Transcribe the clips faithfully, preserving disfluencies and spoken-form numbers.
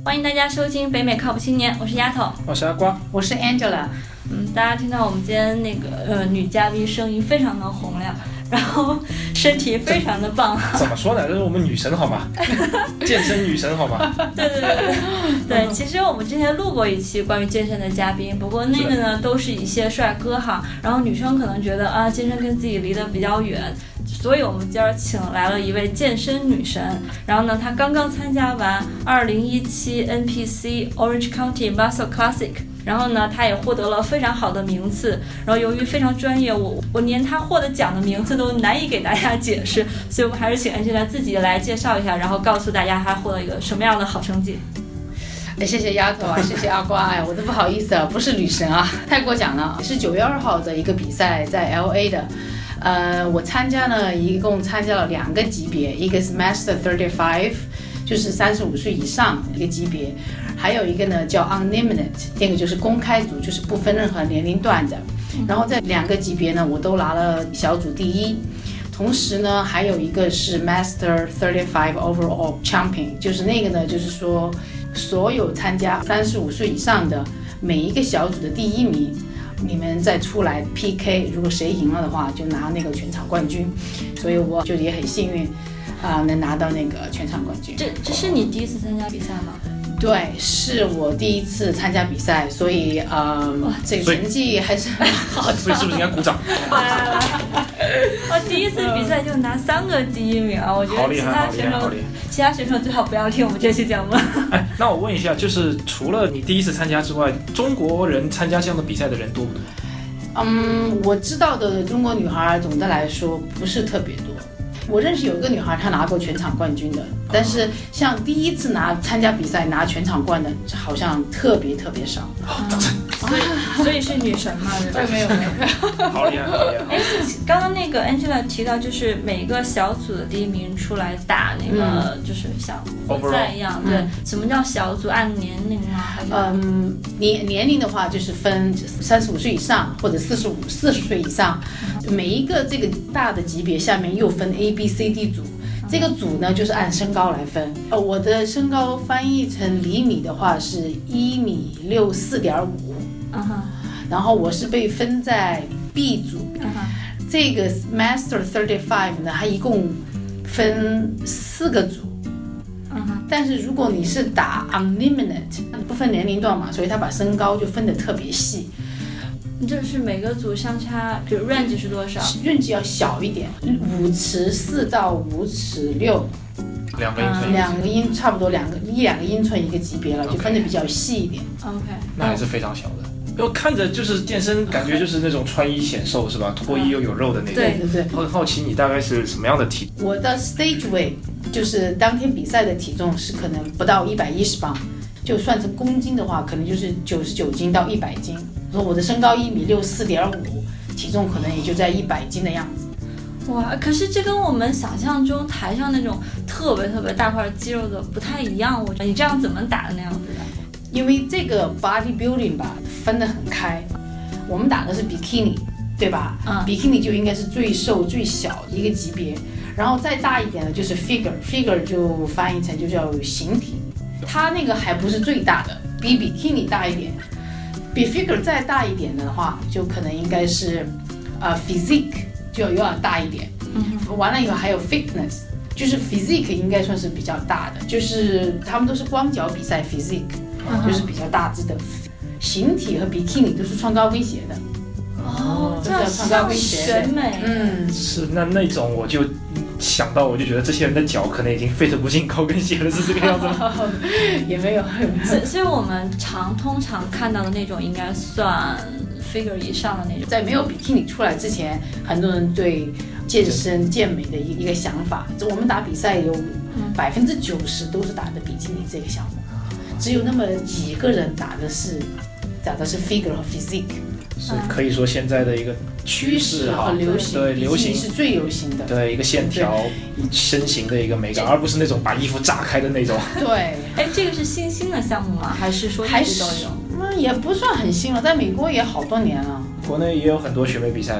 欢迎大家收听北美靠谱青年，我是丫头， 我是阿瓜， 我是 Angela。 嗯，大家听到我们今天那个呃女嘉宾声音非常的洪亮，然后身体非常的棒。 怎么说呢？这是我们女神好吗？健身女神好吗？ 对对对对对，其实我们之前录过一期关于健身的嘉宾，不过那个呢都是一些帅哥哈，然后女生可能觉得啊健身跟自己离得比较远。所以我们今儿请来了一位健身女神，然后呢，她刚刚参加完二零一七 N P C Orange County Muscle Classic， 然后呢，她也获得了非常好的名次。然后由于非常专业，我我连她获得奖的名次都难以给大家解释，所以我们还是请 Angela 自己来介绍一下，然后告诉大家她获得一个什么样的好成绩。 哎，谢谢丫头啊，谢谢阿瓜，哎，我都不好意思啊，不是女神啊，太过奖了。是九月二号的一个比赛，在 L A 的。呃，我参加呢，一共参加了两个级别，一个是 Master thirty-five， 就是三十五岁以上一个级别，还有一个呢叫 Unlimited， 那个就是公开组，就是不分任何年龄段的。然后在两个级别呢，我都拿了小组第一。同时呢，还有一个是 Master thirty-five Overall Champion， 就是那个呢，就是说所有参加三十五岁以上的每一个小组的第一名。你们再出来 P K， 如果谁赢了的话，就拿那个全场冠军。所以我就也很幸运，啊、呃，能拿到那个全场冠军。 这这是你第一次参加比赛吗？ 对，是我第一次参加比赛，所以呃，这个成绩还是很好的。 所以是不是应该鼓掌？ 我第一次比赛就拿三个第一名啊！我觉得其他选手，其他选手最好不要听我们这期节目。 哎，那我问一下，就是除了你第一次参加之外，中国人参加这样的比赛的人多不多？ 嗯，我知道的中国女孩总的来说不是特别多。我认识有一个女孩，她拿过全场冠军的，但是像第一次拿参加比赛拿全场冠的，好像特别特别少。 嗯、所以所以是女神嘛？ 对，没有没有。 好厉害，好厉害！ 哎，刚刚那个 Angela 提到，就是每个小组的第一名出来打那个，嗯、就是像比赛一样， Overall. 对、嗯。什么叫小组？按年龄吗？还是？ 嗯，年年龄的话就是分三十五岁以上或者四十五四十岁以上，嗯、每一个这个大的级别下面又分 A。A、B、C、D 组，这个组呢就是按身高来分。呃，我的身高翻译成厘米的话是一米六四点五，然后我是被分在 B 组。Uh-huh. 这个 Master thirty-five 呢，它一共分四个组。Uh-huh. 但是如果你是打 Unlimited， 不分年龄段嘛，所以它把身高就分得特别细。 就是每个组相差，比如 range 是多少 ？range 要小一点，五尺四到五尺六， 两个英寸， 两个英差不多两个一两个英寸一个级别了， okay. 就分得比较细一点。 OK， 那还是非常小的。因为看着就是健身，感觉就是那种穿衣显瘦是吧？脱衣又有肉的那种。 对对对。 很好奇你大概是什么样的体？ 我的 stage weight 就是当天比赛的体重是可能不到一百一十磅，就算成公斤的话，可能就是九十九斤到一百斤。说我的身高一米六四点五，体重可能也就在一百斤的样子。 哇，可是这跟我们想象中台上那种特别特别大块肌肉的不太一样。我觉得你这样怎么打的那样子的？ 因为这个 bodybuilding 吧分得很开，我们打的是 bikini， 对吧？嗯 ，bikini 就应该是最瘦最小的一个级别，然后再大一点的就是 figure，figure 就翻译成就叫形体，它那个还不是最大的，比 bikini 大一点。比 figure 再大一点的话，就可能应该是，呃 physique 就有点大一点。嗯，完了以后还有 fitness， 就是 physique 应该算是比较大的，就是他们都是光脚比赛 physique，、嗯、就是比较大只的。形体和 bikini 都是穿高跟鞋的。 哦， 这叫穿高跟鞋选美。 嗯， 是那那种我就想到，我就觉得这些人的脚可能已经 fit 不进高跟鞋了，是这个样子吗？ 也没有。 所以，所以我们常通常看到的那种，应该算 figure 以上的那种。 在没有比基尼出来之前，很多人对健身健美的一个想法，我们打比赛有百分之九十都是打的比基尼这个项目，只有那么几个人打的是打的是 figure 和 physique。 是可以说现在的一个趋势哈， 流行， 对，流行是最流行的， 对，一个线条、身形的一个美感，而不是那种把衣服炸开的那种。 对， 哎，这个是新兴的项目吗？还是说一直都有？ 嗯，也不算很新了，在美国也好多年了。 国内也有很多选美比赛了。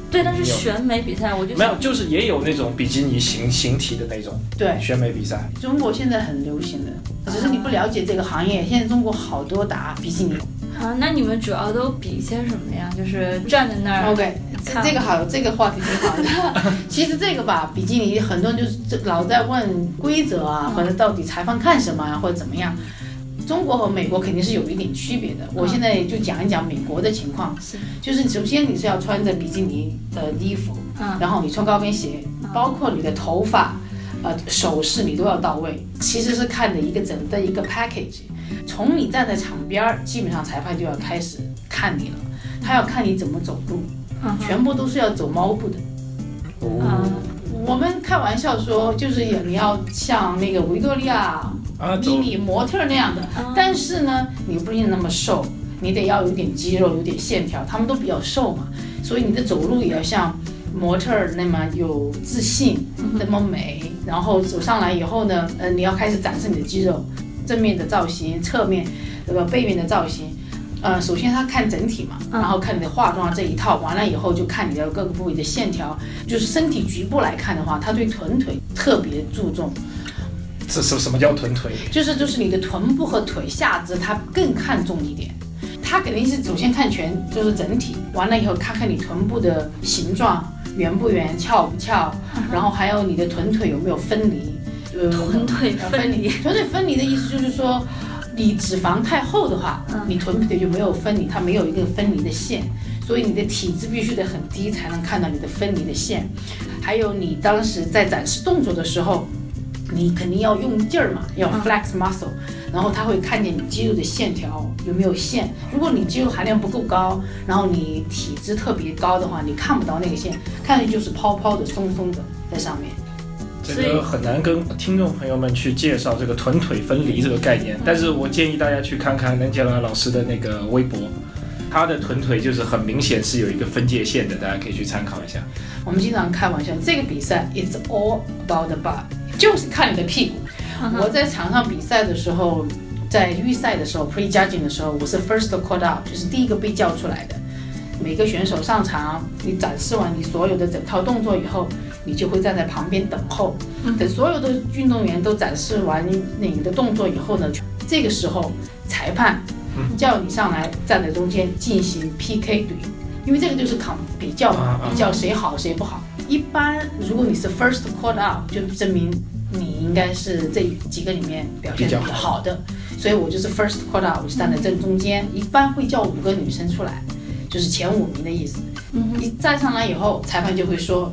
对，但是选美比赛我就没有，就是也有那种比基尼形形体的那种对选美比赛。 中国现在很流行的，只是你不了解这个行业。现在中国好多打比基尼。 啊，那你们主要都比些什么呀？就是站在那儿。 OK， 这这个好，这个话题挺好的。其实这个吧，比基尼很多人就是老在问规则啊，或者到底裁判看什么啊，或者怎么样。中国和美国肯定是有一点区别的。我现在就讲一讲美国的情况，就是首先你是要穿着比基尼的衣服，然后你穿高跟鞋，包括你的头发、呃首饰你都要到位。其实是看的一个整的一个 package。从你站在场边，基本上裁判就要开始看你了，他要看你怎么走路，全部都是要走猫步的。 哦， 我们开玩笑说，就是你要像那个维多利亚迷你模特那样的，但是呢，你不能那么瘦，你得要有点肌肉，有点线条，他们都比较瘦嘛，所以你的走路也要像模特那么有自信，那么美。然后走上来以后呢，呃，你要开始展示你的肌肉。正面的造型，侧面，这个背面的造型，呃，首先他看整体嘛，然后看你的化妆这一套，完了以后就看你的各个部位的线条，就是身体局部来看的话，他对臀腿特别注重。 这什什么叫臀腿？ 就是就是你的臀部和腿下肢，他更看重一点。他肯定是首先看全，就是整体，完了以后看看你臀部的形状圆不圆，翘不翘，然后还有你的臀腿有没有分离。 呃，臀腿分离， 臀腿分离的意思就是说，你脂肪太厚的话，嗯、你臀腿就没有分离，它没有一个分离的线，所以你的体脂必须得很低才能看到你的分离的线。还有你当时在展示动作的时候，你肯定要用劲儿嘛，要 flex muscle，、嗯、然后他会看见你肌肉的线条有没有线。如果你肌肉含量不够高，然后你体脂特别高的话，你看不到那个线，看上去就是泡泡的、松松的在上面。 这个很难跟听众朋友们去介绍这个臀腿分离这个概念，但是我建议大家去看看任杰伦老师的那个微博，他的臀腿就是很明显是有一个分界线的，大家可以去参考一下。 我们经常开玩笑，这个比赛 it's all about the butt， 就是看你的屁股。Uh-huh. 我在场上比赛的时候，在预赛的时候 pre-judging 的时候，我是 first called out， 就是第一个被叫出来的。每个选手上场，你展示完你所有的整套动作以后，你就会站在旁边等候。等所有的运动员都展示完你的动作以后呢，这个时候裁判叫你上来站在中间进行 P K 对，因为这个就是抗比较比较谁好谁不好。一般如果你是 first called out， 就证明你应该是这几个里面表现比较好的，所以我就是 first called out， 我就站在正中间。一般会叫五个女生出来，就是前五名的意思。一站上来以后，裁判就会说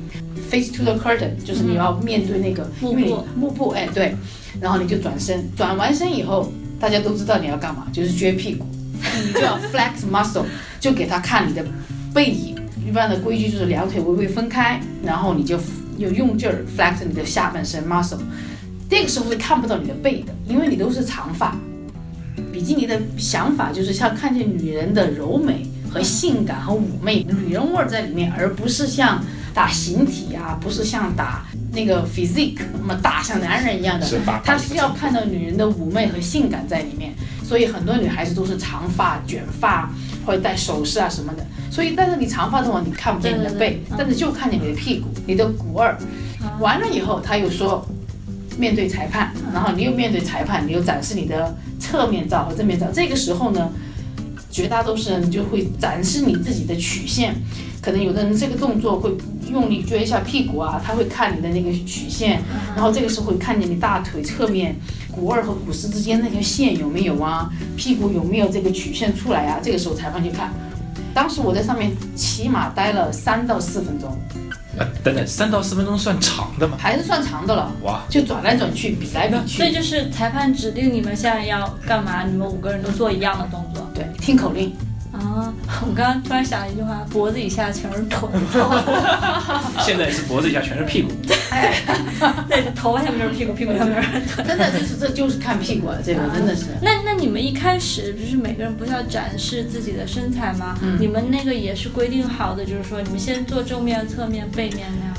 face to the curtain， 就是你要面对那个幕布， 幕布，哎对，然后你就转身，转完身以后，大家都知道你要干嘛，就是撅屁股，你就要 flex muscle， 就给他看你的背影。一般的规矩就是两腿微微分开，然后你就有用劲儿 flex 你的下半身 muscle， 这个时候是看不到你的背的，因为你都是长发。比基尼的想法就是像看见女人的柔美和性感和妩媚，女人味在里面，而不是像打形体啊，不是像打那个 physique 那么打像男人一样的，她是要看到女人的妩媚和性感在里面。所以很多女孩子都是长发、卷发或者戴首饰啊什么的。所以，但是你长发的话，你看不见你的背，但是就看见你的屁股、你的股二。完了以后，他又说面对裁判，然后你又面对裁判，你又展示你的侧面照和正面照。这个时候呢，绝大多数人就会展示你自己的曲线。可能有的人这个动作会用力撅一下屁股啊，他会看你的那个曲线，然后这个时候会看见你大腿侧面股二和股四之间那条线有没有啊，屁股有没有这个曲线出来啊。这个时候裁判就看。当时我在上面起码待了三到四分钟。 呃，等等，三到四分钟算长的吗？ 还是算长的了。哇！就转来转去，比来比去。 所以就是裁判指定你们现在要干嘛，你们五个人都做一样的动作。 对，听口令。 啊，我刚刚突然想了一句话，脖子以下全是臀。 现在是脖子以下全是屁股。 对，头发下面就是屁股，屁股下面是臀。 真的，就是这就是看屁股啊，这个真的是。 那那你们一开始就是每个人不是要展示自己的身材吗？嗯、你们那个也是规定好的，就是说你们先做正面、侧面、背面那样吗？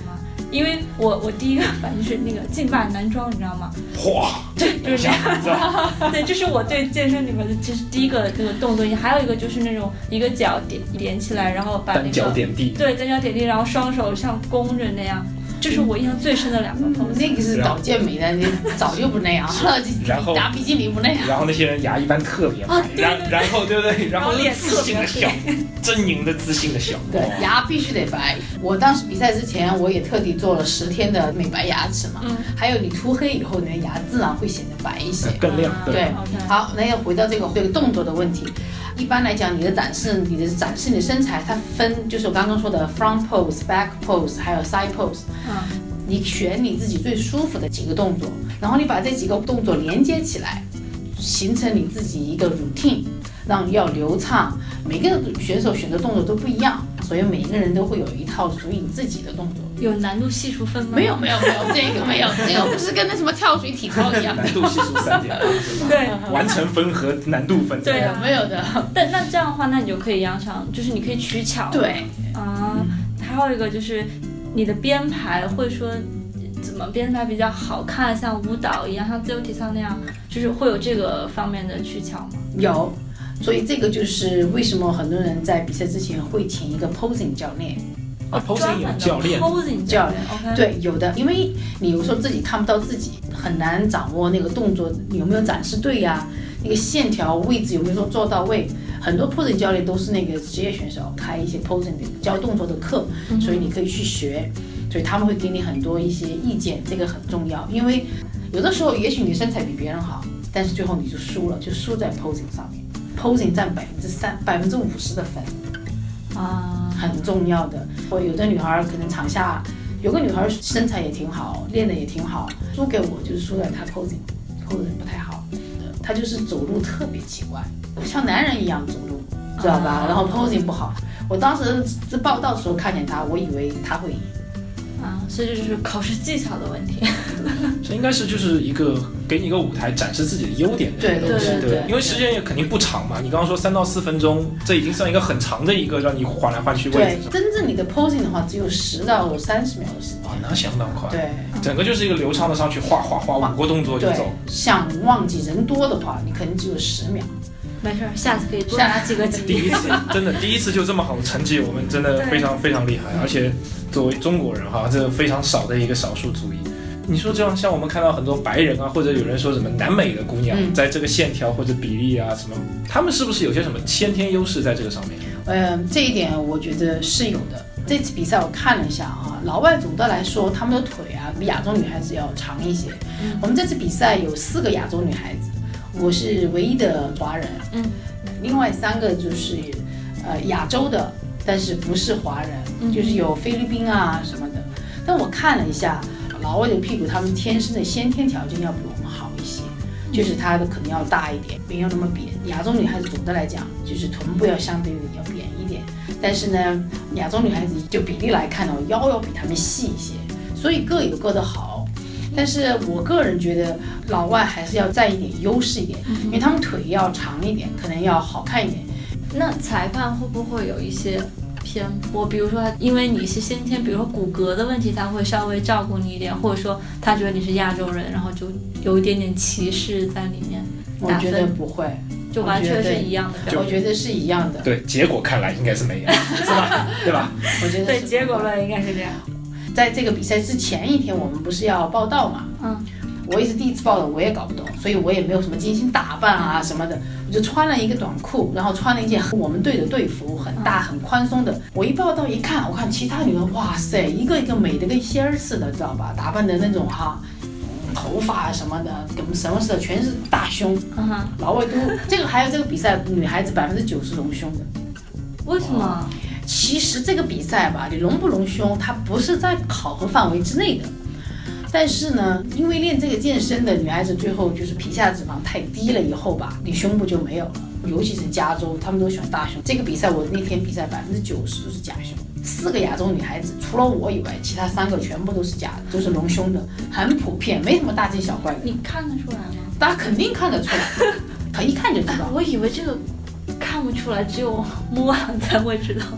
因为我我第一个反应是那个劲霸男装，你知道吗？ 哗， 对，就是这样。对，这是我对健身里面的这是第一个那个动作。还有一个就是那种一个脚点点起来，然后把那个单脚点地， 对，单脚点地，然后双手像弓着那样。这是我印象最深的两个 pose、嗯。 那个是搞健美的，你早就不那样了。 然后打比基尼不那样。 然后那些人牙一般特别白， 啊、 然然后对不对？然后脸自信的笑，狰狞的自信的笑。 对，牙必须得白。我当时比赛之前，我也特地做了十天的美白牙齿嘛。嗯。还有你涂黑以后，你的牙自然会显得白一些， 更亮。 对。对 okay. 好，那要回到这个这个动作的问题。一般来讲，你的展示，你的展示你的身材，它分就是我刚刚说的 front pose、back pose， 还有 side pose。嗯。你选你自己最舒服的几个动作，然后你把这几个动作连接起来，形成你自己一个 routine， 让你要流畅。每个选手选的动作都不一样，所以每一个人都会有一套属于你自己的动作。 有难度系数分吗？ 没有没有没有，这个没有，这个不是跟那什么跳水体操一样。 难度系数三点八， 对， 完成分和难度分。 对的，没有的。 但那这样的话，那你就可以养成，就是你可以取巧。 对啊、嗯，还有一个就是你的编排会说怎么编排比较好看，像舞蹈一样，像自由体操那样，就是会有这个方面的取巧吗？ 有，所以这个就是为什么很多人在比赛之前会请一个 posing 教练。 啊 ，posing 有教练 ，posing 教练 ，OK， 对，有的，因为你有时候自己看不到自己，很难掌握那个动作你有没有展示对呀、啊，那个线条位置有没有说做到位。很多 posing 教练都是那个职业选手开一些 posing 的教动作的课，嗯、所以你可以去学，所以他们会给你很多一些意见，这个很重要。因为有的时候也许你身材比别人好，但是最后你就输了，就输在 posing 上面 ，posing 占百分之三、百分之五十的分。啊，很重要的。我有的女孩可能场下有个女孩身材也挺好，练得也挺好，输给我就是输在她 posing posing 不太好，她就是走路特别奇怪，像男人一样走路，知道吧？然后 posing 不好。我当时在报道的时候看见她，我以为她会赢。 啊，所以这就是考试技巧的问题。 这应该是就是一个给你一个舞台展示自己的优点的对东西， 对 对, 对， 因为时间也肯定不长嘛。你刚刚说三到四分钟，这已经算一个很长的一个让你换来换去位置。 对，真正你的 posing 的话，只有十到三十秒的时间。 啊，那相当快。 对， 整个就是一个流畅的上去画画画五个动作就走。 像旺季人多的话，你可能只有十秒。 没事，下次可以多拿几个几。 第一次真的第一次就这么好的成绩，我们真的非常非常厉害。而且作为中国人哈，这非常少的一个少数族裔。你说这样，像我们看到很多白人啊，或者有人说什么南美的姑娘，嗯、在这个线条或者比例啊什么，他们是不是有些什么先天优势在这个上面？ 呃，这一点我觉得是有的。这次比赛我看了一下啊，老外总的来说他们的腿啊比亚洲女孩子要长一些。嗯、我们这次比赛有四个亚洲女孩子，我是唯一的华人。嗯，另外三个就是呃亚洲的，但是不是华人，嗯、就是有菲律宾啊什么的。但我看了一下。老外的屁股，他们天生的先天条件要比我们好一些，就是他的可能要大一点，没有那么扁。亚洲女孩子总的来讲，就是臀部要相对要扁一点，但是呢，亚洲女孩子就比例来看呢，腰要比他们细一些，所以各有各的好。但是我个人觉得，老外还是要占一点优势一点，因为他们腿要长一点，可能要好看一点。 那裁判会不会有一些偏颇，比如说因为你是先天，比如说骨骼的问题，他会稍微照顾你一点，或者说他觉得你是亚洲人，然后就有一点点歧视在里面。 我觉得不会， 就完全是一样的表现。我觉得是一样的。 对，结果看来应该是没有，是吧？对吧？ 我觉得对，结果论应该是这样。 在这个比赛之前一天，我们不是要报道嘛？嗯。我也是第一次报的，我也搞不懂，所以我也没有什么精心打扮啊什么的，我就穿了一个短裤，然后穿了一件我们队的队服，很大很宽松的。我一报道一看，我看其他女人，哇塞，一个一个美的跟仙儿似的，知道吧？打扮的那种哈，嗯、头发什么的，跟什么似的，全是大胸。嗯哼，老外都这个还有这个比赛，女孩子百分之九十隆胸的。 为什么？ 其实这个比赛吧，你隆不隆胸，它不是在考核范围之内的。但是呢，因为练这个健身的女孩子最后就是皮下脂肪太低了以后吧，你胸部就没有了。尤其是加州，他们都喜欢大胸。这个比赛我那天比赛百分之九十都是假胸，四个亚洲女孩子除了我以外，其他三个全部都是假的，都是隆胸的，很普遍，没什么大惊小怪的。 你看得出来吗？ 大家肯定看得出来，他一看就知道。 我以为这个看不出来，只有摸了才会知道。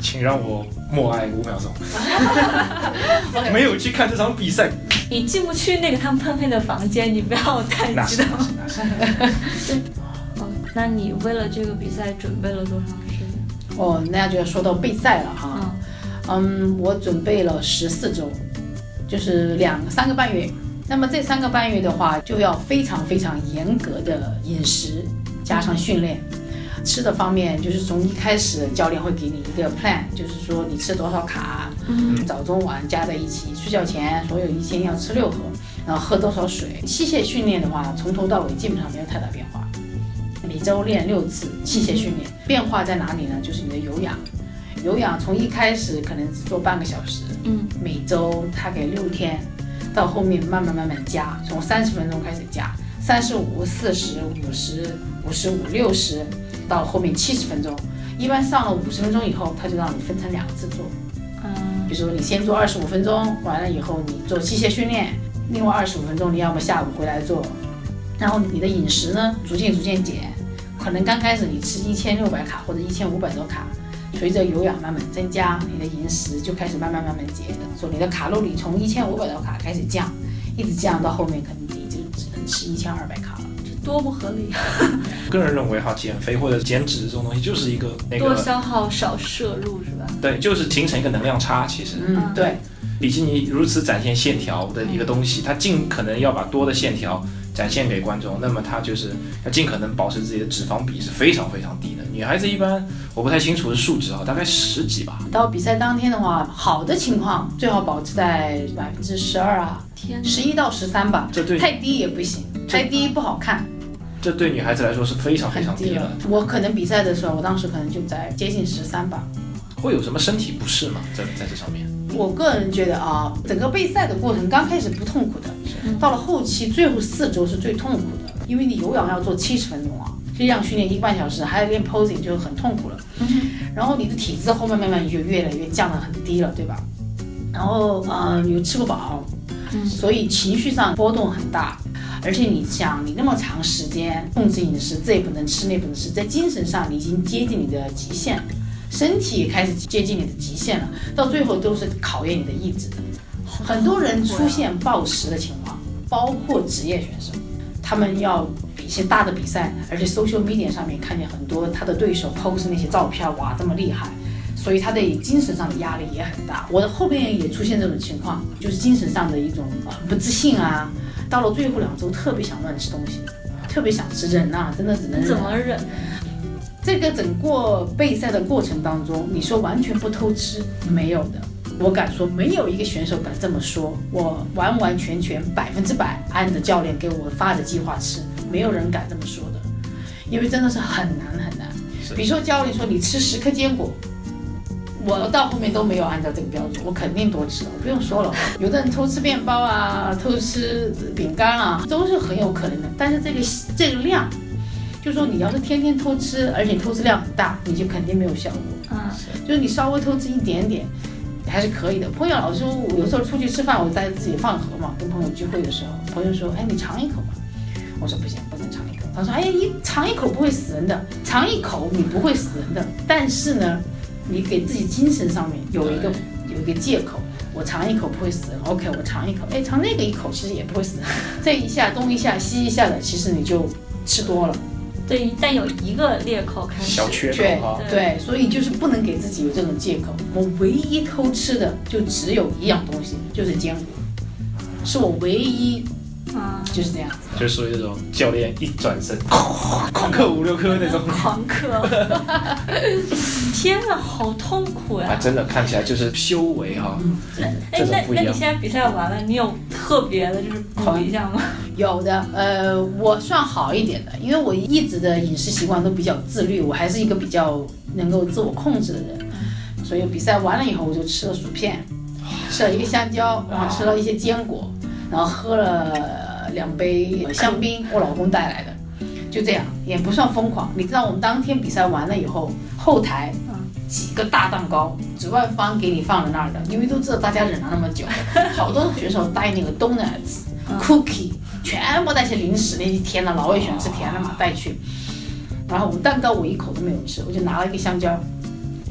请让我默哀五秒钟。没有去看这场比赛， 你进不去那个他们喷黑的房间，你不要太激动。 那是那是。 哦，那你为了这个比赛准备了多长时间？ 哦，那就要说到备赛了哈。嗯，嗯我准备了十四周，就是两三个半月。那么这三个半月的话，就要非常非常严格的饮食加上训练。吃的方面，就是从一开始教练会给你一个 plan， 就是说你吃多少卡，嗯，早中晚加在一起，睡觉前所有一天要吃六盒，然后喝多少水。器械训练的话，从头到尾基本上没有太大变化，每周练六次器械训练。变化在哪里呢？就是你的有氧，有氧从一开始可能只做半个小时，嗯，每周大概六天，到后面慢慢慢慢加，从三十分钟开始加，三十五、四十、五十、五十五、六十。到后面七十分钟，一般上了五十分钟以后，他就让你分成两次做。嗯，比如说你先做二十五分钟，完了以后你做器械训练，另外二十五分钟你要么下午回来做。然后你的饮食呢，逐渐逐渐减，可能刚开始你吃一千六百卡或者一千五百多卡，随着有氧慢慢增加，你的饮食就开始慢慢慢慢减的，说你的卡路里从一千五百多卡开始降，一直降到后面可能你就只能吃一千二百卡了。 多不合理。 个人认为哈，减肥或者减脂这种东西就是一个那个多消耗少摄入是吧？ 对，就是形成一个能量差。其实， 嗯，对。 比基尼如此展现线条的一个东西，它尽可能要把多的线条展现给观众，那么它就是要尽可能保持自己的脂肪比是非常非常低的。女孩子一般我不太清楚是数值啊，大概十几吧。 到比赛当天的话，好的情况最好保持在百分之十二啊，十一到十三吧， 这对太低也不行，太低不好看。 这对女孩子来说是非常非常低了。 我可能比赛的时候，我当时可能就在接近十三吧。 会有什么身体不适吗？在在这上面？ 我个人觉得啊，整个备赛的过程刚开始不痛苦的，到了后期最后四周是最痛苦的，因为你有氧要做七十分钟啊，力量训练一个半小时，还要练 posing 就很痛苦了。然后你的体质后面慢慢就越来越降得很低了，对吧？然后呃又吃不饱，所以情绪上波动很大。而且你想，你那么长时间控制饮食，这也不能吃，那不能吃，在精神上你已经接近你的极限了，身体也开始接近你的极限了，到最后都是考验你的意志的。很多人出现暴食的情况，包括职业选手，他们要比一些大的比赛，而且 social media 上面看见很多他的对手 post 那些照片，哇，这么厉害，所以他的精神上的压力也很大。我的后边也出现这种情况，就是精神上的一种不自信啊。到了最后两周，特别想乱吃东西，特别想吃，忍啊，真的只能忍。 怎么忍？ 这个整个备赛的过程当中，你说完全不偷吃，没有的。我敢说，没有一个选手敢这么说。我完完全全百分之百按着教练给我发的计划吃，没有人敢这么说的，因为真的是很难很难。比如说教练说你吃十颗坚果。我到后面都没有按照这个标准，我肯定多吃了，我不用说了。有的人偷吃面包啊，偷吃饼干啊，都是很有可能的。但是这个这个量，就说你要是天天偷吃，而且偷吃量很大，你就肯定没有效果。嗯，就是你稍微偷吃一点点，还是可以的。朋友老说，我有时候出去吃饭，我在自己饭盒嘛，跟朋友聚会的时候，朋友说，哎，你尝一口吧。我说不行，不能尝一口。他说，哎，你尝一口不会死人的，尝一口你不会死人的，但是呢。你给自己精神上面有一个有一个借口，我尝一口不会死人 ，OK， 我尝一口，哎，尝那个一口其实也不会死人，这一下东一下西一下的，其实你就吃多了。 对，但有一个裂口开始， 小缺口哈。对，所以就是不能给自己有这种借口。我唯一偷吃的就只有一样东西，就是坚果，是我唯一。啊，就是这样子， 就属于这种教练一转身，狂嗑五六颗那种， 狂嗑。天哪，好痛苦呀！ 啊，真的看起来就是修为哈。 嗯，哎，那那你现在比赛完了，你有特别的就是考一下吗？ 有的，呃，我算好一点的，因为我一直的饮食习惯都比较自律，我还是一个比较能够自我控制的人，所以比赛完了以后，我就吃了薯片，吃了一个香蕉，然后吃了一些坚果。然后喝了两杯香槟，我老公带来的，就这样，也不算疯狂。你知道我们当天比赛完了以后，后台几个大蛋糕，主办方给你放在那儿的，因为都知道大家忍了那么久，好多选手带那个 donuts、cookie， 全部带些零食，那些甜的，老外喜欢吃甜的嘛，带去。然后我蛋糕我一口都没有吃，我就拿了一个香蕉。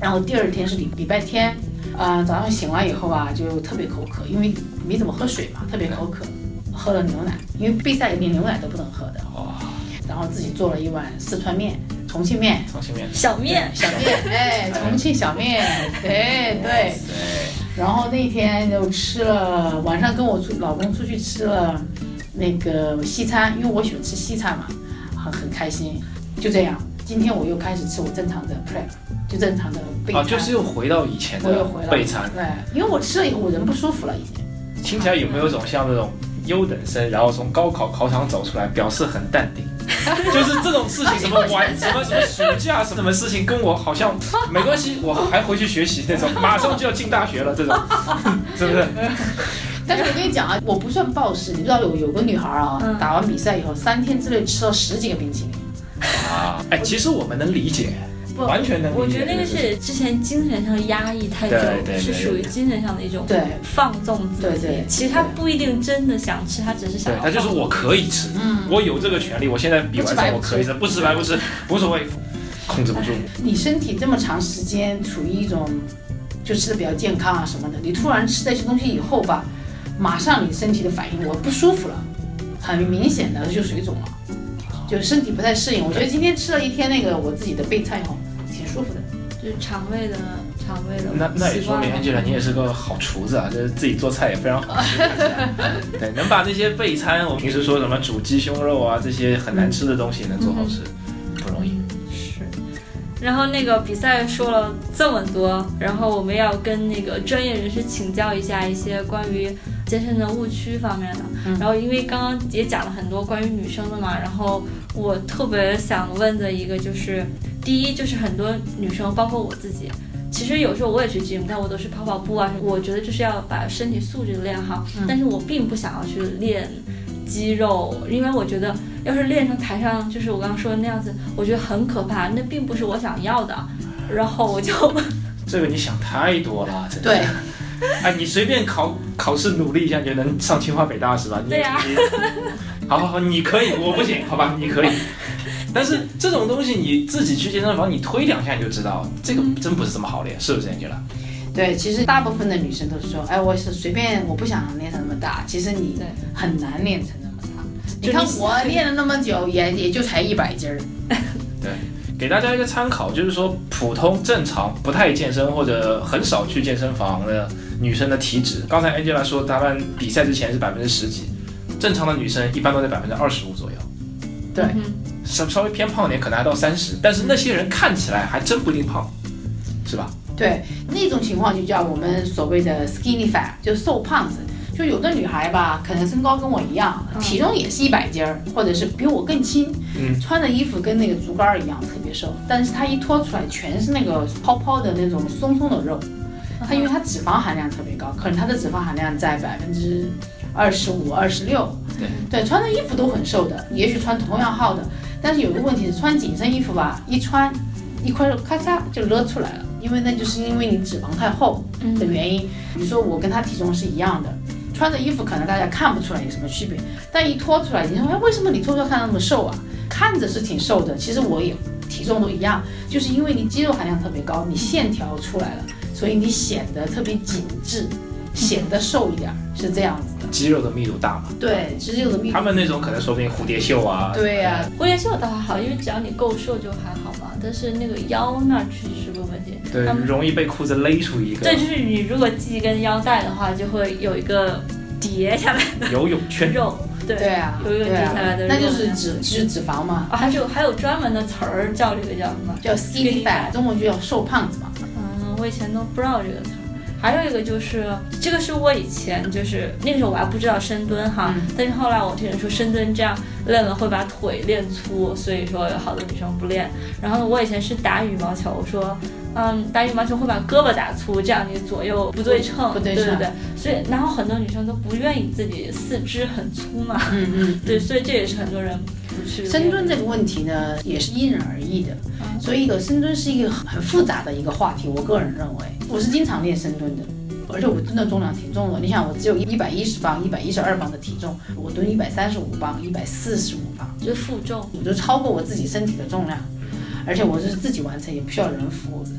然后第二天是礼礼拜天，呃，早上醒来以后啊，就特别口渴，因为没怎么喝水嘛，特别口渴，喝了牛奶，因为备赛连牛奶都不能喝的。 哦， 然后自己做了一碗四川面，重庆面， 重庆面， 小面， 小面，哎，重庆小面，对对。然后那天就吃了，晚上跟我出老公出去吃了那个西餐，因为我喜欢吃西餐嘛，很很开心。就这样，今天我又开始吃我正常的 prep， 就正常的备餐。 啊，就是又回到以前的备餐。 对，因为我吃了以后我人不舒服了已经。 听起来有没有种像那种优等生，然后从高考考场走出来，表示很淡定？就是这种事情，什么晚什么什么暑假什么事情，跟我好像没关系，我还回去学习那种，马上就要进大学了这种，是不是？ 但是我跟你讲啊，我不算暴食，你知道有有个女孩啊，嗯、打完比赛以后三天之内吃了十几个冰淇淋。 啊，哎，其实我们能理解。完全能理解。 我觉得那个是之前精神上压抑太久， 对对对对是属于精神上的一种放纵自己。 对对对， 其实他不一定真的想吃，他只是想要。 他就是我可以吃，嗯，我有这个权利，我现在比完赛我可以吃，不吃白不吃，无所谓，控制不住。 你身体这么长时间处于一种就吃的比较健康啊什么的，你突然吃这些东西以后吧，马上你身体的反应我不舒服了，很明显的就水肿了。就身体不太适应，我觉得今天吃了一天那个我自己的备菜以后，挺舒服的， 就是肠胃的肠胃的。 那那也说明 Angela 你也是个好厨子啊，就是自己做菜也非常好吃。对，能把这些备餐，我平时说什么煮鸡胸肉啊这些很难吃的东西能做好吃，嗯、不容易。 是。然后那个比赛说了这么多，然后我们要跟那个专业人士请教一下一些关于健身的误区方面的。嗯、然后因为刚刚也讲了很多关于女生的嘛，然后我特别想问的一个就是，第一就是很多女生，包括我自己，其实有时候我也去 gym， 但我都是跑跑步啊，我觉得就是要把身体素质练好，嗯、但是我并不想要去练肌肉，因为我觉得要是练成台上就是我刚刚说的那样子，我觉得很可怕，那并不是我想要的，然后我就这个你想太多了，真的。 对。 哎，你随便考考试努力一下，你就能上清华北大是吧？ 对呀、啊。 好好好，你可以，我不行，好吧，你可以。但是这种东西你自己去健身房，你推两下你就知道，这个真不是这么好练，是不是 Angela？ 对，其实大部分的女生都是说，哎，我是随便，我不想练成那么大。其实你很难练成那么大。你看我练了那么久，也也就才一百斤儿。 对。给大家一个参考，就是说普通正常不太健身或者很少去健身房的女生的体脂，刚才 Angela 说她们比赛之前是百分之十几，正常的女生一般都在百分之二十五左右。 对， 稍稍微偏胖点可能还到三十，但是那些人看起来还真不一定胖，是吧？ 对，那种情况就叫我们所谓的 skinny fat， 就瘦胖子。就有的女孩吧，可能身高跟我一样，体重也是一百斤儿，或者是比我更轻，嗯，穿的衣服跟那个竹竿一样特别瘦，但是她一脱出来全是那个泡泡的那种松松的肉，她因为她脂肪含量特别高，可能她的脂肪含量在百分之二十五、二十六，对对，穿的衣服都很瘦的，也许穿同样号的，但是有个问题是穿紧身衣服吧，一穿一块肉咔嚓就勒出来了，因为那就是因为你脂肪太厚的原因。比如说我跟她体重是一样的。穿的衣服可能大家看不出来有什么区别，但一脱出来，你说哎，为什么你脱出来看那么瘦啊？看着是挺瘦的，其实我也体重都一样，就是因为你肌肉含量特别高，你线条出来了，所以你显得特别紧致，显得瘦一点，是这样子的。 肌肉的密度大嘛？ 对，肌肉的密度。 他们那种可能说不定蝴蝶袖啊。 对呀、啊， 蝴蝶袖倒还好，因为只要你够瘦就还好嘛。但是那个腰那儿确实是个问题。 对，容易被裤子勒出一个。 对，就是你如果系一根腰带的话，就会有一个叠下来的游泳圈肉。对对啊， 有一个叠下来的肉， 那就是脂就是脂肪嘛。 啊，还有还有专门的词儿叫这个叫什么？ 叫 skinny fat， 中文就叫瘦胖子嘛。 嗯，我以前都不知道这个词儿。还有一个就是，这个是我以前就是那个时候我还不知道深蹲哈，嗯、但是后来我听人说深蹲这样练了会把腿练粗，所以说有好多女生不练。然后我以前是打羽毛球，说嗯打羽毛球会把胳膊打粗，这样你左右不对称， 不对称， 对对对。所以然后很多女生都不愿意自己四肢很粗嘛， 嗯嗯， 对，所以这也是很多人不去。 深蹲这个问题呢，也是因人而异的，嗯、所以深蹲是一个很复杂的一个话题。我个人认为，我是经常练深蹲的。而且我蹲的重量挺重的，你想我只有一百一十磅、一百一十二磅的体重，我蹲一百三十五磅、一百四十五磅， 就是负重， 我就超过我自己身体的重量，而且我是自己完成，也不需要人扶我的。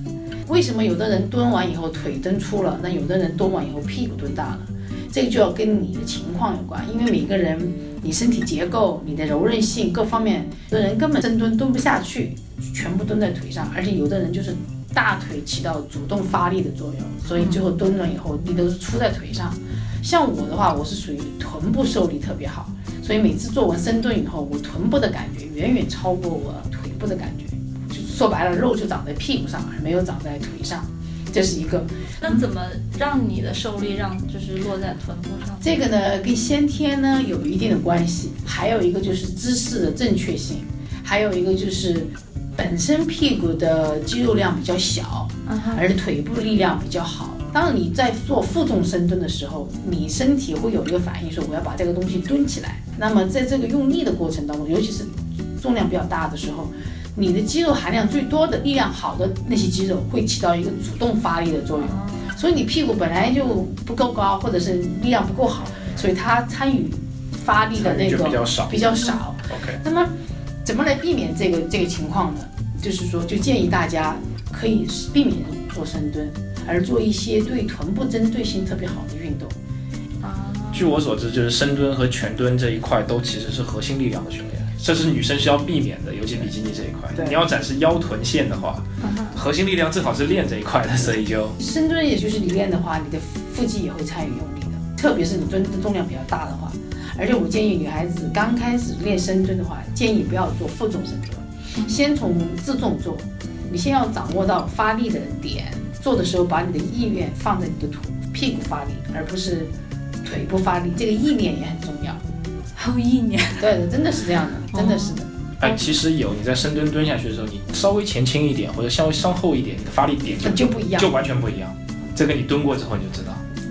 为什么有的人蹲完以后腿蹲粗了，那有的人蹲完以后屁股蹲大了？这个就要跟你的情况有关，因为每个人你身体结构、你的柔韧性各方面，有的人根本深蹲蹲不下去，全部蹲在腿上，而且有的人就是大腿起到主动发力的作用，所以最后蹲了以后力都是出在腿上。像我的话，我是属于臀部受力特别好，所以每次做完深蹲以后，我臀部的感觉远远超过我腿部的感觉，就说白了，肉就长在屁股上，而没有长在腿上。这是一个。 那怎么让你的受力让就是落在臀部上？ 这个呢跟先天呢有一定的关系，还有一个就是姿势的正确性，还有一个就是本身屁股的肌肉量比较小，而腿部力量比较好。当你在做负重深蹲的时候，你身体会有一个反应，说我要把这个东西蹲起来。那么在这个用力的过程当中，尤其是重量比较大的时候，你的肌肉含量最多的、力量好的那些肌肉会起到一个主动发力的作用。所以你屁股本来就不够高，或者是力量不够好，所以它参与发力的那个比较少。 比较少。 OK。 那么怎么来避免这个这个情况呢？就是说，就建议大家可以避免做深蹲，而做一些对臀部针对性特别好的运动。 据我所知，就是深蹲和全蹲这一块都其实是核心力量的训练，这是女生需要避免的，尤其比基尼这一块。你要展示腰臀线的话，核心力量正好是练这一块的，所以就深蹲，也就是你练的话，你的腹肌也会参与用力的，特别是你蹲的重量比较大的话。而且我建议女孩子刚开始练深蹲的话，建议不要做负重深蹲，先从自重做。你先要掌握到发力的点，做的时候把你的意愿放在你的屁股发力，而不是腿部发力，这个意念也很重要。 还有意念？ 对的，真的是这样的，真的是的。 哎，其实有，你在深蹲蹲下去的时候，你稍微前倾一点或者稍微向后一点，你的发力点就就不一样， 就完全不一样。这个你蹲过之后你就知道。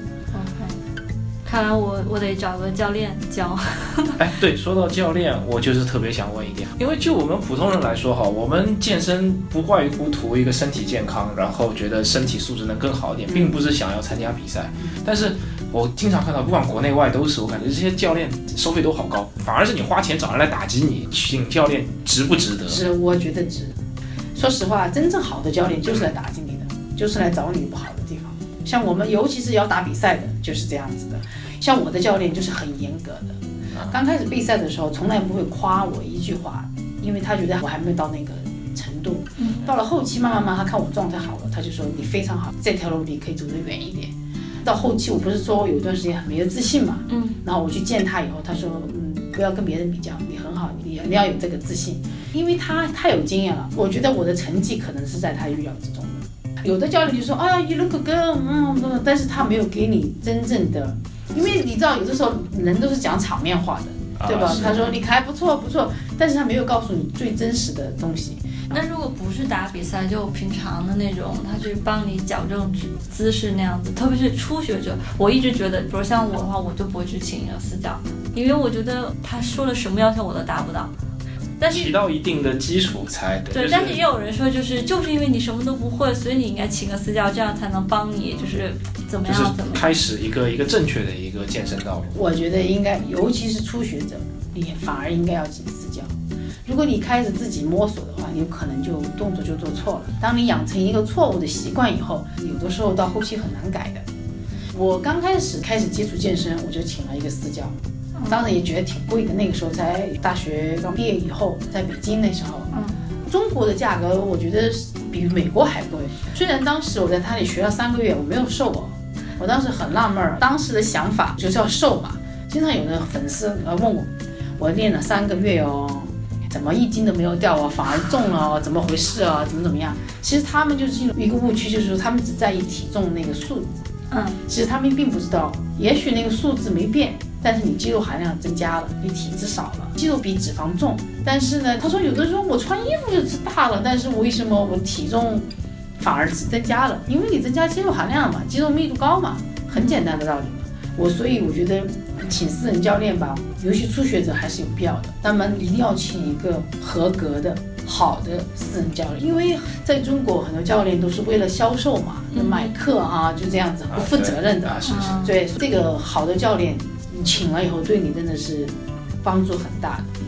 OK， 看来我我得找个教练教。 哎，对，说到教练，我就是特别想问一点，因为就我们普通人来说哈，我们健身不外乎图一个身体健康，然后觉得身体素质能更好一点，并不是想要参加比赛。但是我经常看到，不管国内外都是，我感觉这些教练收费都好高，反而是你花钱找人来打击你，请教练值不值得？ 是，我觉得值。说实话，真正好的教练就是来打击你的，就是来找你不好的地方。像我们，尤其是要打比赛的，就是这样子的。像我的教练就是很严格的，刚开始备赛的时候，从来不会夸我一句话，因为他觉得我还没有到那个程度。到了后期，慢慢慢，他看我状态好了，他就说你非常好，这条路你可以走得远一点。到后期，我不是说我有一段时间很没有自信嘛，嗯，然后我去见他以后，他说，嗯，不要跟别人比较，你很好，你你要有这个自信，因为他太有经验了。我觉得我的成绩可能是在他预料之中的。有的教练就说，啊 ，you look good， 嗯，但是他没有给你真正的。因为你知道，有的时候人都是讲场面话的，对吧？啊、他说你还不错不错，但是他没有告诉你最真实的东西。 那如果不是打比赛，就平常的那种，他去帮你矫正姿势那样子，特别是初学者，我一直觉得，比如像我的话，我就不会去请一个私教，因为我觉得他说了什么要求我都达不到。但是提到一定的基础才对， 对、 就是， 但是也有人说，就是就是因为你什么都不会，所以你应该请个私教，这样才能帮你，就是怎么样怎么样， 就是开始一个一个正确的一个健身道路。 我觉得应该，尤其是初学者，你反而应该要请私教。如果你开始自己摸索的话，你有可能就动作就做错了。当你养成一个错误的习惯以后，有的时候到后期很难改的。我刚开始开始接触健身，我就请了一个私教。当然也觉得挺贵的，那个时候才大学刚毕业以后，在北京那时候，嗯，中国的价格我觉得比美国还贵。虽然当时我在他里学了三个月，我没有瘦哦，我当时很纳闷，当时的想法就是要瘦嘛。经常有的粉丝来问我，我练了三个月哦，怎么一斤都没有掉哦，反而重了哦，怎么回事啊？怎么怎么样？其实他们就是进入一个误区，就是说他们只在意体重那个数字，嗯，其实他们并不知道，也许那个数字没变。但是你肌肉含量增加了，你体脂少了，肌肉比脂肪重。但是呢，他说有的时候我穿衣服就是大了，但是我为什么我体重反而是增加了？因为你增加肌肉含量嘛，肌肉密度高嘛，很简单的道理嘛。我所以我觉得请私人教练吧，尤其初学者还是有必要的。那么一定要请一个合格的、好的私人教练，因为在中国很多教练都是为了销售嘛，嗯、买课啊，就这样子不负责任的。 啊、是是。 对，这个好的教练。你请了以后，对你真的是帮助很大的。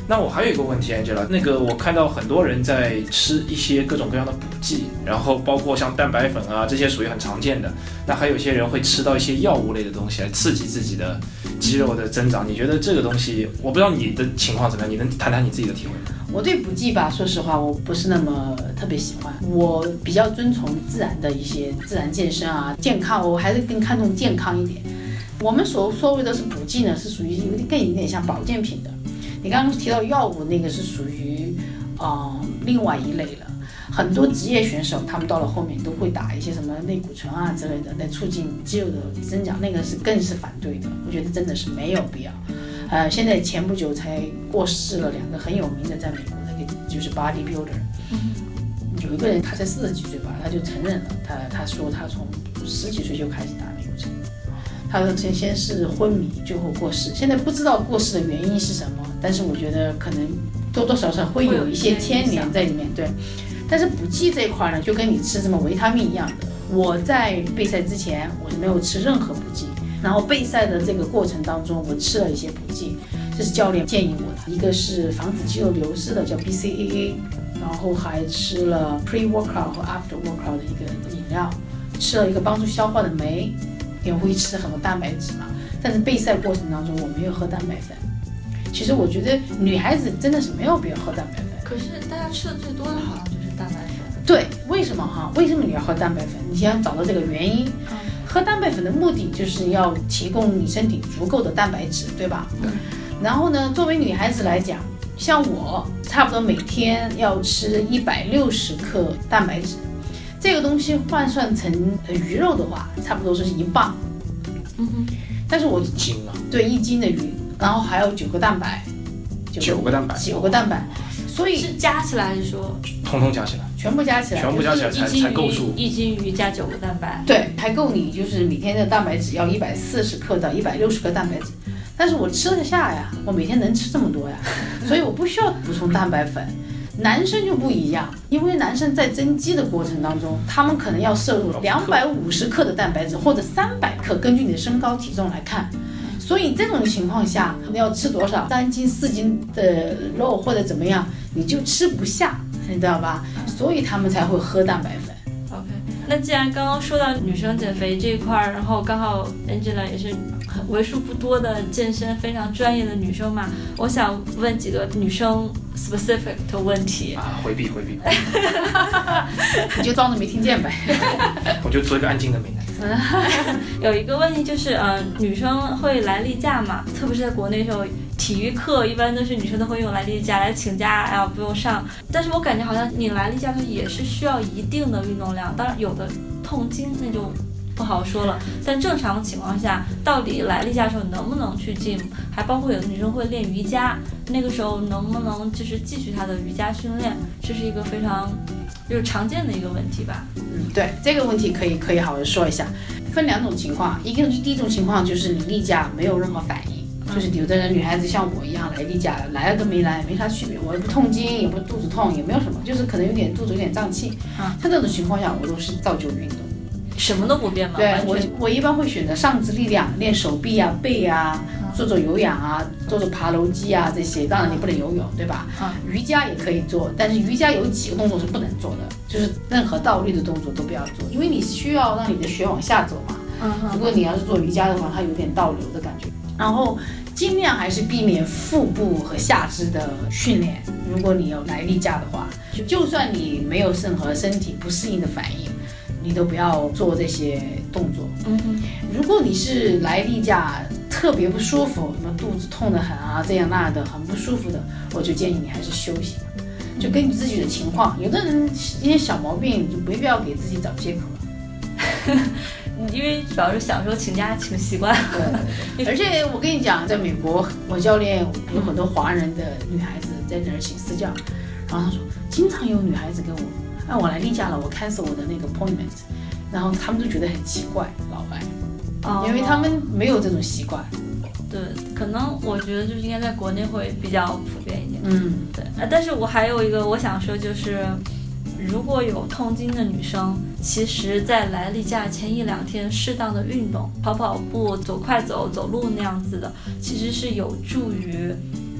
那我还有一个问题 Angela， 那个我看到很多人在吃一些各种各样的补剂，然后包括像蛋白粉啊这些属于很常见的，那还有一些人会吃到一些药物类的东西来刺激自己的肌肉的增长，你觉得这个东西，我不知道你的情况怎么样，你能谈谈你自己的体会吗？ 我对补剂吧，说实话我不是那么特别喜欢，我比较遵从自然的一些自然健身啊，健康，我还是更看重健康一点。我们所所谓的是补剂呢，是属于有点更有点像保健品的。你刚刚提到药物那个是属于呃另外一类了。很多职业选手他们到了后面都会打一些什么类固醇啊之类的来促进肌肉的增长，那个是更是反对的，我觉得真的是没有必要。呃，现在前不久才过世了两个很有名的，在美国那个就是 bodybuilder，、嗯、有一个人他才四十几岁吧，他就承认了，他他说他从十几岁就开始打类固醇，他先先是昏迷，最后过世。现在不知道过世的原因是什么，但是我觉得可能多多少少会有一些牵连在里面，对。但是补剂这一块呢，就跟你吃什么维他命一样的。我在备赛之前，我是没有吃任何补剂，然后备赛的这个过程当中，我吃了一些补剂，这是教练建议我的。一个是防止肌肉流失的，叫 B C A A， 然后还吃了 pre-workout 和 after-workout 的一个饮料，吃了一个帮助消化的酶，也会吃很多蛋白质嘛。但是备赛过程当中，我没有喝蛋白粉。其实我觉得女孩子真的是没有必要喝蛋白粉。 可是大家吃的最多的好像就是蛋白粉。 对，为什么哈？为什么你要喝蛋白粉？你先要找到这个原因。嗯、喝蛋白粉的目的就是要提供你身体足够的蛋白质，对吧？ 对。 然后呢，作为女孩子来讲，像我差不多每天要吃一百六十克蛋白质，这个东西换算成鱼肉的话，差不多是一磅。嗯哼。但是我一斤啊？ 对，一斤的鱼，然后还有九个蛋白。 九个蛋白。 九个蛋白。所以是加起来还是说通通加起来？ 全部加起来， 全部加起来才才够数。 一斤鱼加九个蛋白， 对，还够你就是每天的蛋白质要一百四十克到一百六十克蛋白质。但是我吃得下呀，我每天能吃这么多呀，所以我不需要补充蛋白粉。男生就不一样，因为男生在增肌的过程当中，他们可能要摄入两百五十克的蛋白质或者三百克，根据你的身高体重来看。所以这种情况下，你要吃多少三斤四斤的肉或者怎么样，你就吃不下，你知道吧？所以他们才会喝蛋白粉。 OK， 那既然刚刚说到女生减肥这一块，然后刚好 Angela 也是为数不多的健身非常专业的女生嘛，我想问几个女生 specific 的问题啊，回避回避， 你就装着没听见呗。 我就做一个安静的美男。 有一个问题就是，呃，女生会来例假嘛，特别是在国内的时候，体育课一般都是女生都会用来例假来请假，然后不用上。但是我感觉好像你来例假的时候也是需要一定的运动量，当然有的痛经那就不好说了。但正常情况下，到底来例假的时候能不能去 gym， 还包括有的女生会练瑜伽，那个时候能不能就是继续她的瑜伽训练，这是一个非常就是常见的一个问题吧。 嗯，对，这个问题可以可以好好说一下。分两种情况，一个是第一种情况就是你例假没有任何反应，嗯、就是有的人女孩子像我一样来例假，来了跟没来没啥区别，我也不痛经，也不肚子痛，也没有什么，就是可能有点肚子有点胀气。啊、嗯，像这种情况下，我都是照旧运动。 什么都不变吗？ 对，我我一般会选择上肢力量，练手臂啊、背啊，做做有氧啊，做做爬楼机啊这些。当然你不能游泳，对吧？嗯。瑜伽也可以做，但是瑜伽有几个动作是不能做的，就是任何倒立的动作都不要做，因为你需要让你的血往下走嘛。嗯。如果你要是做瑜伽的话，它有点倒流的感觉。然后尽量还是避免腹部和下肢的训练。如果你有来例假的话，就算你没有任何身体不适应的反应，你都不要做这些动作。嗯哼，如果你是来例假特别不舒服，什么肚子痛得很啊，这样那的很不舒服的，我就建议你还是休息，就根据自己的情况。有的人一些小毛病就没必要给自己找借口了。 因为主要是小时候请假请习惯。 对对对。而且我跟你讲，在美国，我教练有很多华人的女孩子在那儿请私教，然后他说，经常有女孩子跟我。啊，我来例假了，我 cancel 我的那个 appointment， 然后他们就觉得很奇怪，老外，哦、因为他们没有这种习惯。 对，可能我觉得就是应该在国内会比较普遍一点。 嗯， 对。但是我还有一个我想说就是，如果有痛经的女生，其实在来例假前一两天适当的运动，跑跑步、走快走、走路那样子的，其实是有助于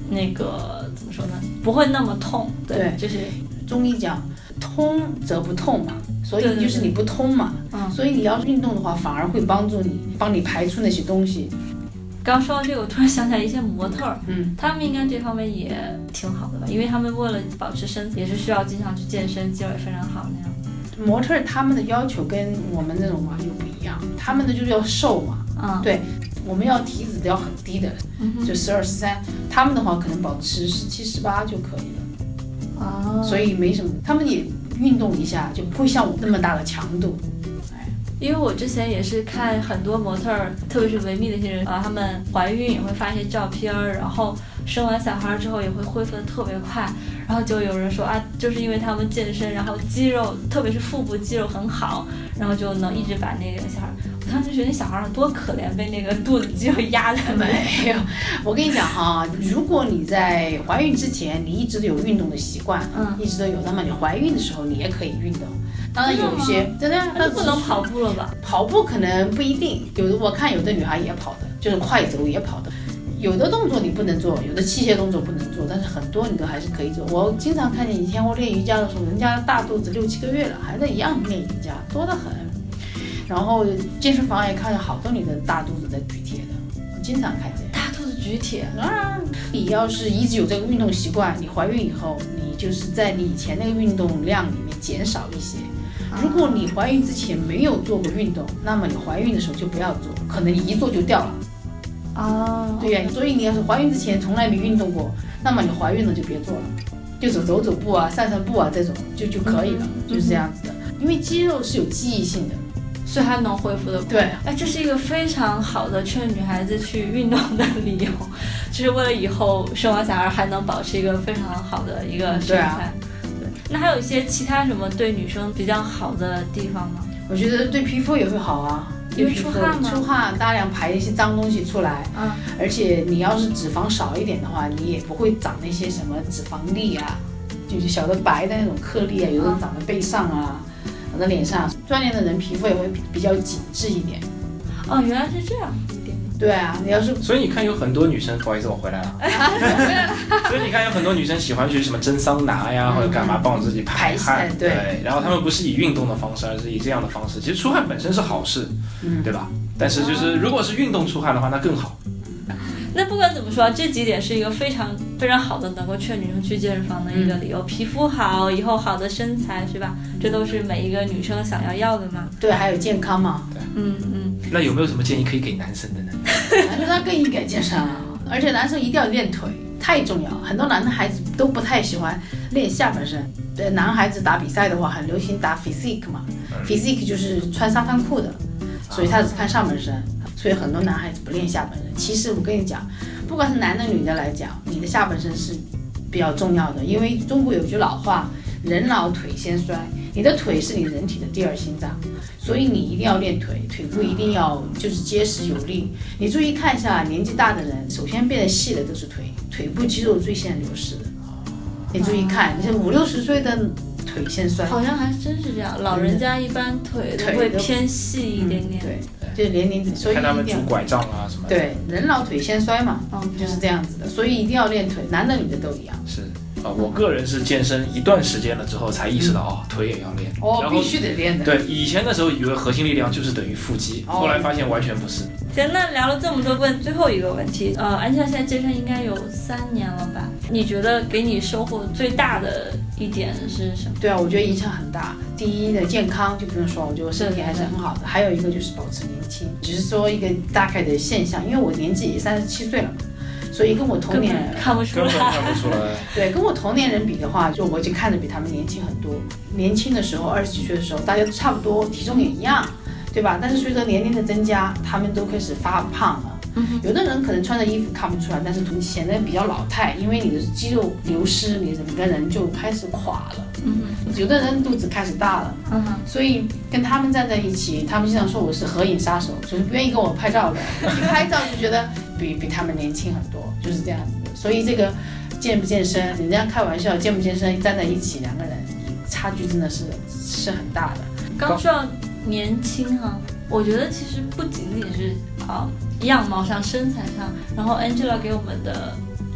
那个怎么说呢，不会那么痛。对， 对就是中医讲通则不痛嘛，所以就是你不通嘛， 对对对， 所以你要运动的话，反而会帮助你，帮你排出那些东西。 刚说到这个，我突然想起来一些模特儿， 嗯， 他们应该这方面也挺好的吧？因为他们为了保持身材，也是需要经常去健身，肌肉也非常好那样。 模特他们的要求跟我们这种嘛又不一样，他们的就是要瘦嘛， 嗯， 对，我们要体脂要很低的， 嗯就十二十三，他们的话可能保持十七十八就可以了， 哦， 所以没什么，他们也运动一下就不会像我那么大的强度。 因为我之前也是看很多模特儿，特别是维密的一些人啊，他们怀孕也会发一些照片儿，然后生完小孩之后也会恢复的特别快，然后就有人说啊，就是因为他们健身，然后肌肉，特别是腹部肌肉很好，然后就能一直把那个小孩，我当时就觉得那小孩多可怜，被那个肚子肌肉压在那。 没有，我跟你讲哈，如果你在怀孕之前你一直都有运动的习惯， 嗯， 一直都有，那么你怀孕的时候你也可以运动。当然有一些真的， 那不能跑步了吧？ 跑步可能不一定，有的我看有的女孩也跑的，就是快走也跑的。有的动作你不能做，有的器械动作不能做，但是很多你都还是可以做。我经常看见以前我练瑜伽的时候，人家大肚子六七个月了，还在一样练瑜伽，多得很。然后健身房也看见好多女的大肚子在举铁的，我经常看见。 大肚子举铁啊！你要是一直有这个运动习惯，你怀孕以后，你就是在你以前那个运动量里面减少一些。如果你怀孕之前没有做过运动，那么你怀孕的时候就不要做，可能你一做就掉了。 哦， 对呀，所以你要是怀孕之前从来没运动过，那么你怀孕了就别做了，就走走走步啊、散散步啊这种就就可以了，嗯、就是这样子的。因为肌肉是有记忆性的， 所以它能恢复的快。 对， 哎，这是一个非常好的劝女孩子去运动的理由，就是为了以后生完小孩还能保持一个非常好的一个身材。那还有一些其他什么对女生比较好的地方吗？ 我觉得对皮肤也会好啊， 因为出汗吗？ 出汗大量排一些脏东西出来， 嗯， 而且你要是脂肪少一点的话，你也不会长那些什么脂肪粒啊，就是小的白的那种颗粒啊，有的人长在背上啊，长在脸上。锻炼的人皮肤也会比较紧致一点。 哦，原来是这样。 对啊，你要是所以你看有很多女生，不好意思我回来了，所以你看有很多女生喜欢去什么蒸桑拿呀，嗯、或者干嘛帮自己排汗， 对, 对，然后她们不是以运动的方式，而是以这样的方式。其实出汗本身是好事，嗯、对吧？但是就是如果是运动出汗的话，那更好。 那不管怎么说，这几点是一个非常非常好的能够劝女生去健身房的一个理由。嗯、皮肤好，以后好的身材是吧？这都是每一个女生想要要的嘛。 对，还有健康嘛。 对， 嗯嗯。 那有没有什么建议可以给男生的呢？ 男生他更应该健身啊，而且男生一定要练腿，太重要。很多男孩子都不太喜欢练下半身。对，男孩子打比赛的话，很流行打 physique 嘛、嗯、，physique 就是穿沙滩裤的，所以他只看上半身。所以很多男孩子不练下半身。其实我跟你讲，不管是男的女的来讲，你的下半身是比较重要的，因为中国有句老话，人老腿先衰，你的腿是你人体的第二心脏，所以你一定要练腿，腿部一定要就是结实有力。你注意看一下，年纪大的人首先变得细的都是腿，腿部肌肉最先流失的。你注意看，你像五六十岁的腿先衰， 好像还真是这样，老人家一般腿都会偏细一点点。 嗯、对。就是年龄，所以看他们拄拐杖啊什么的。 对，人老腿先衰嘛，嗯，就是这样子的，所以一定要练腿，男的女的都一样。 是啊、呃，我个人是健身一段时间了之后才意识到，嗯、哦，腿也要练。 哦，必须得练的。 对，以前的时候以为核心力量就是等于腹肌，哦、后来发现完全不是。 行，那聊了这么多，问最后一个问题，呃，安琪拉现在健身应该有三年了吧？你觉得给你收获最大的一点是什么？ 对啊，我觉得影响很大。第一的健康就不用说，我觉得我身体还是很好的。还有一个就是保持年轻，只是说一个大概的现象，因为我年纪也三十七岁了嘛，所以跟我同年人看不出来， 根本看不出来。 对，跟我同年人比的话，就我就看着比他们年轻很多。年轻的时候，二十几岁的时候，大家都差不多，体重也一样，对吧？但是随着年龄的增加，他们都开始发胖了。有的人可能穿着衣服看不出来，但是你显得比较老态，因为你的肌肉流失，你整个人就开始垮了。嗯，有的人肚子开始大了。嗯，所以跟他们站在一起，他们经常说我是合影杀手，就是不愿意跟我拍照的。一拍照就觉得比比他们年轻很多，就是这样子的。所以这个健不健身，人家开玩笑，健不健身站在一起，两个人差距真的是是很大的。 刚说到年轻哈、啊，我觉得其实不仅仅是啊。样貌上、身材上，然后 Angela 给我们的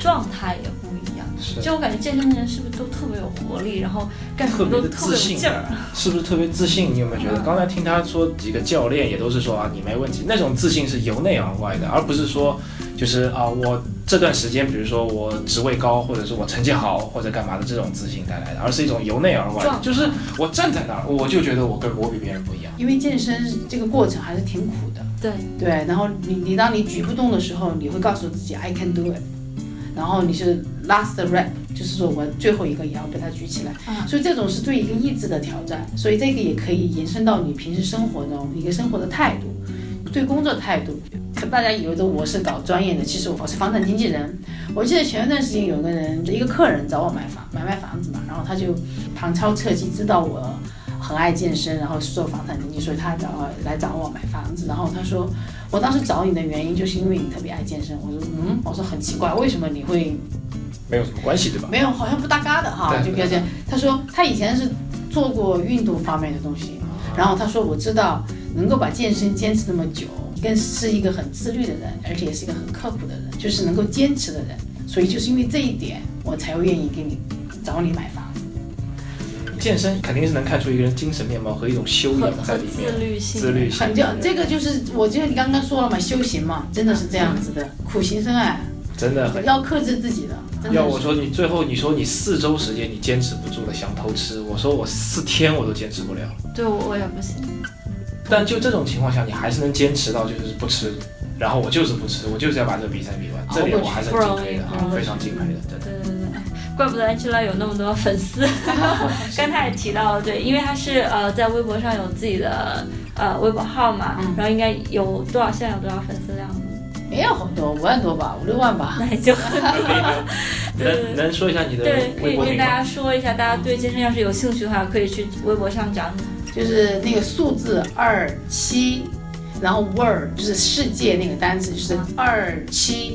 状态也不一样。就我感觉健身的人是不是都特别有活力，然后干什么都特别有劲儿， 是不是特别自信？你有没有觉得？嗯、刚才听他说几个教练也都是说啊，你没问题，那种自信是由内而外的，而不是说就是啊，我这段时间比如说我职位高，或者是我成绩好，或者干嘛的这种自信带来的，而是一种由内而外的，就是我站在那儿，我就觉得我跟我比别人不一样。 因为健身这个过程还是挺苦的， 对对。然后你你当你举不动的时候，你会告诉自己 I can do it。然后你是 last rep， 就是说我最后一个也要被它举起来，嗯、所以这种是对一个意志的挑战，所以这个也可以延伸到你平时生活中一个生活的态度，对工作态度。可大家以为的我是搞专业的，其实我是房产经纪人。我记得前一段时间有个人一个客人找我买房买卖房子嘛，然后他就旁敲侧击知道我很爱健身，然后是做房产经纪，所以他找来找我买房子。然后他说，我当时找你的原因就是因为你特别爱健身。我说嗯，我说很奇怪，为什么你会？ 没有什么关系对吧？ 没有，好像不搭嘎的哈，就比较这样。他说他以前是做过运动方面的东西，然后他说我知道能够把健身坚持那么久，更是一个很自律的人，而且也是一个很刻苦的人，就是能够坚持的人。所以就是因为这一点，我才会愿意给你找你买房。 健身肯定是能看出一个人精神面貌和一种修养在里面， 自律性， 自律性。 很就这个就是，我觉得你刚刚说了嘛，修行嘛，真的是这样子的，苦行僧哎， 真的要克制自己的。 要我说你最后你说你四周时间你坚持不住了，想偷吃，我说我四天我都坚持不了。 对，我我也不行。 但就这种情况下，你还是能坚持到就是不吃，然后我就是不吃，我就是要把这个比赛比完，这点我还是很敬佩的啊，非常敬佩的，真的。 对对对。怪不得 Angela 有那么多粉丝，刚才也提到了，对，因为他是呃在微博上有自己的呃微博号嘛，嗯、然后应该有多少，现在有多少粉丝量呢？ 没有很多，五万多吧，五六万吧。 那也就很多。 能能说一下你的微博名吗？ 对，可以跟大家说一下，大家对健身要是有兴趣的话，可以去微博上找你。 就是那个数字二七，然后 word 就是世界那个单词，就是二七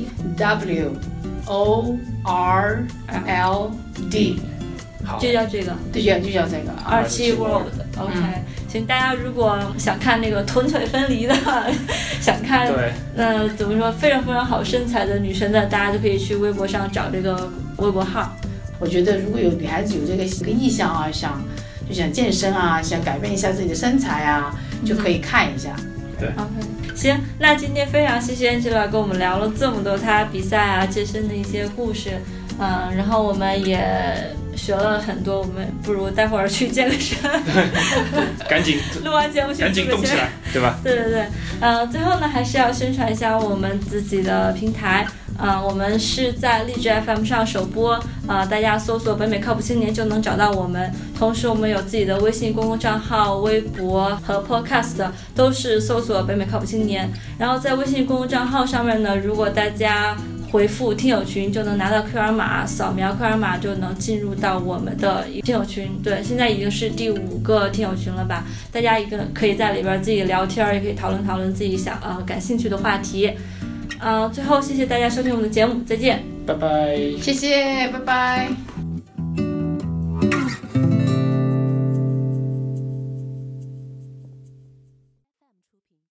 W。O R L D， 好， 就叫这个， 对，就就叫这个二七 World。OK，、嗯、行，大家如果想看那个臀腿分离的，想看呃怎么说非常非常好身材的女生的，大家就可以去微博上找这个微博号。 我觉得如果有女孩子有这个一个意向啊，想就想健身啊，想改变一下自己的身材啊，就可以看一下。 对 ，OK， 行，那今天非常谢谢 Angela 跟我们聊了这么多她比赛啊、健身的一些故事，嗯，然后我们也学了很多，我们不如待会儿去健个身， 赶紧录完节目去赶紧动起来，对吧？ 对对对，呃，最后呢还是要宣传一下我们自己的平台。呃，我们是在荔枝 F M 上首播，呃，大家搜索北美靠谱青年就能找到我们。同时，我们有自己的微信公众账号、微博和 Podcast， 都是搜索北美靠谱青年。然后在微信公众账号上面呢，如果大家回复听友群，就能拿到 Q R 码，扫描 Q R 码就能进入到我们的听友群。对，现在已经是第五个听友群了吧？大家一个可以在里边自己聊天，也可以讨论讨论自己想呃感兴趣的话题。呃，最后谢谢大家收听我们的节目，再见， 拜拜， 谢谢，拜拜。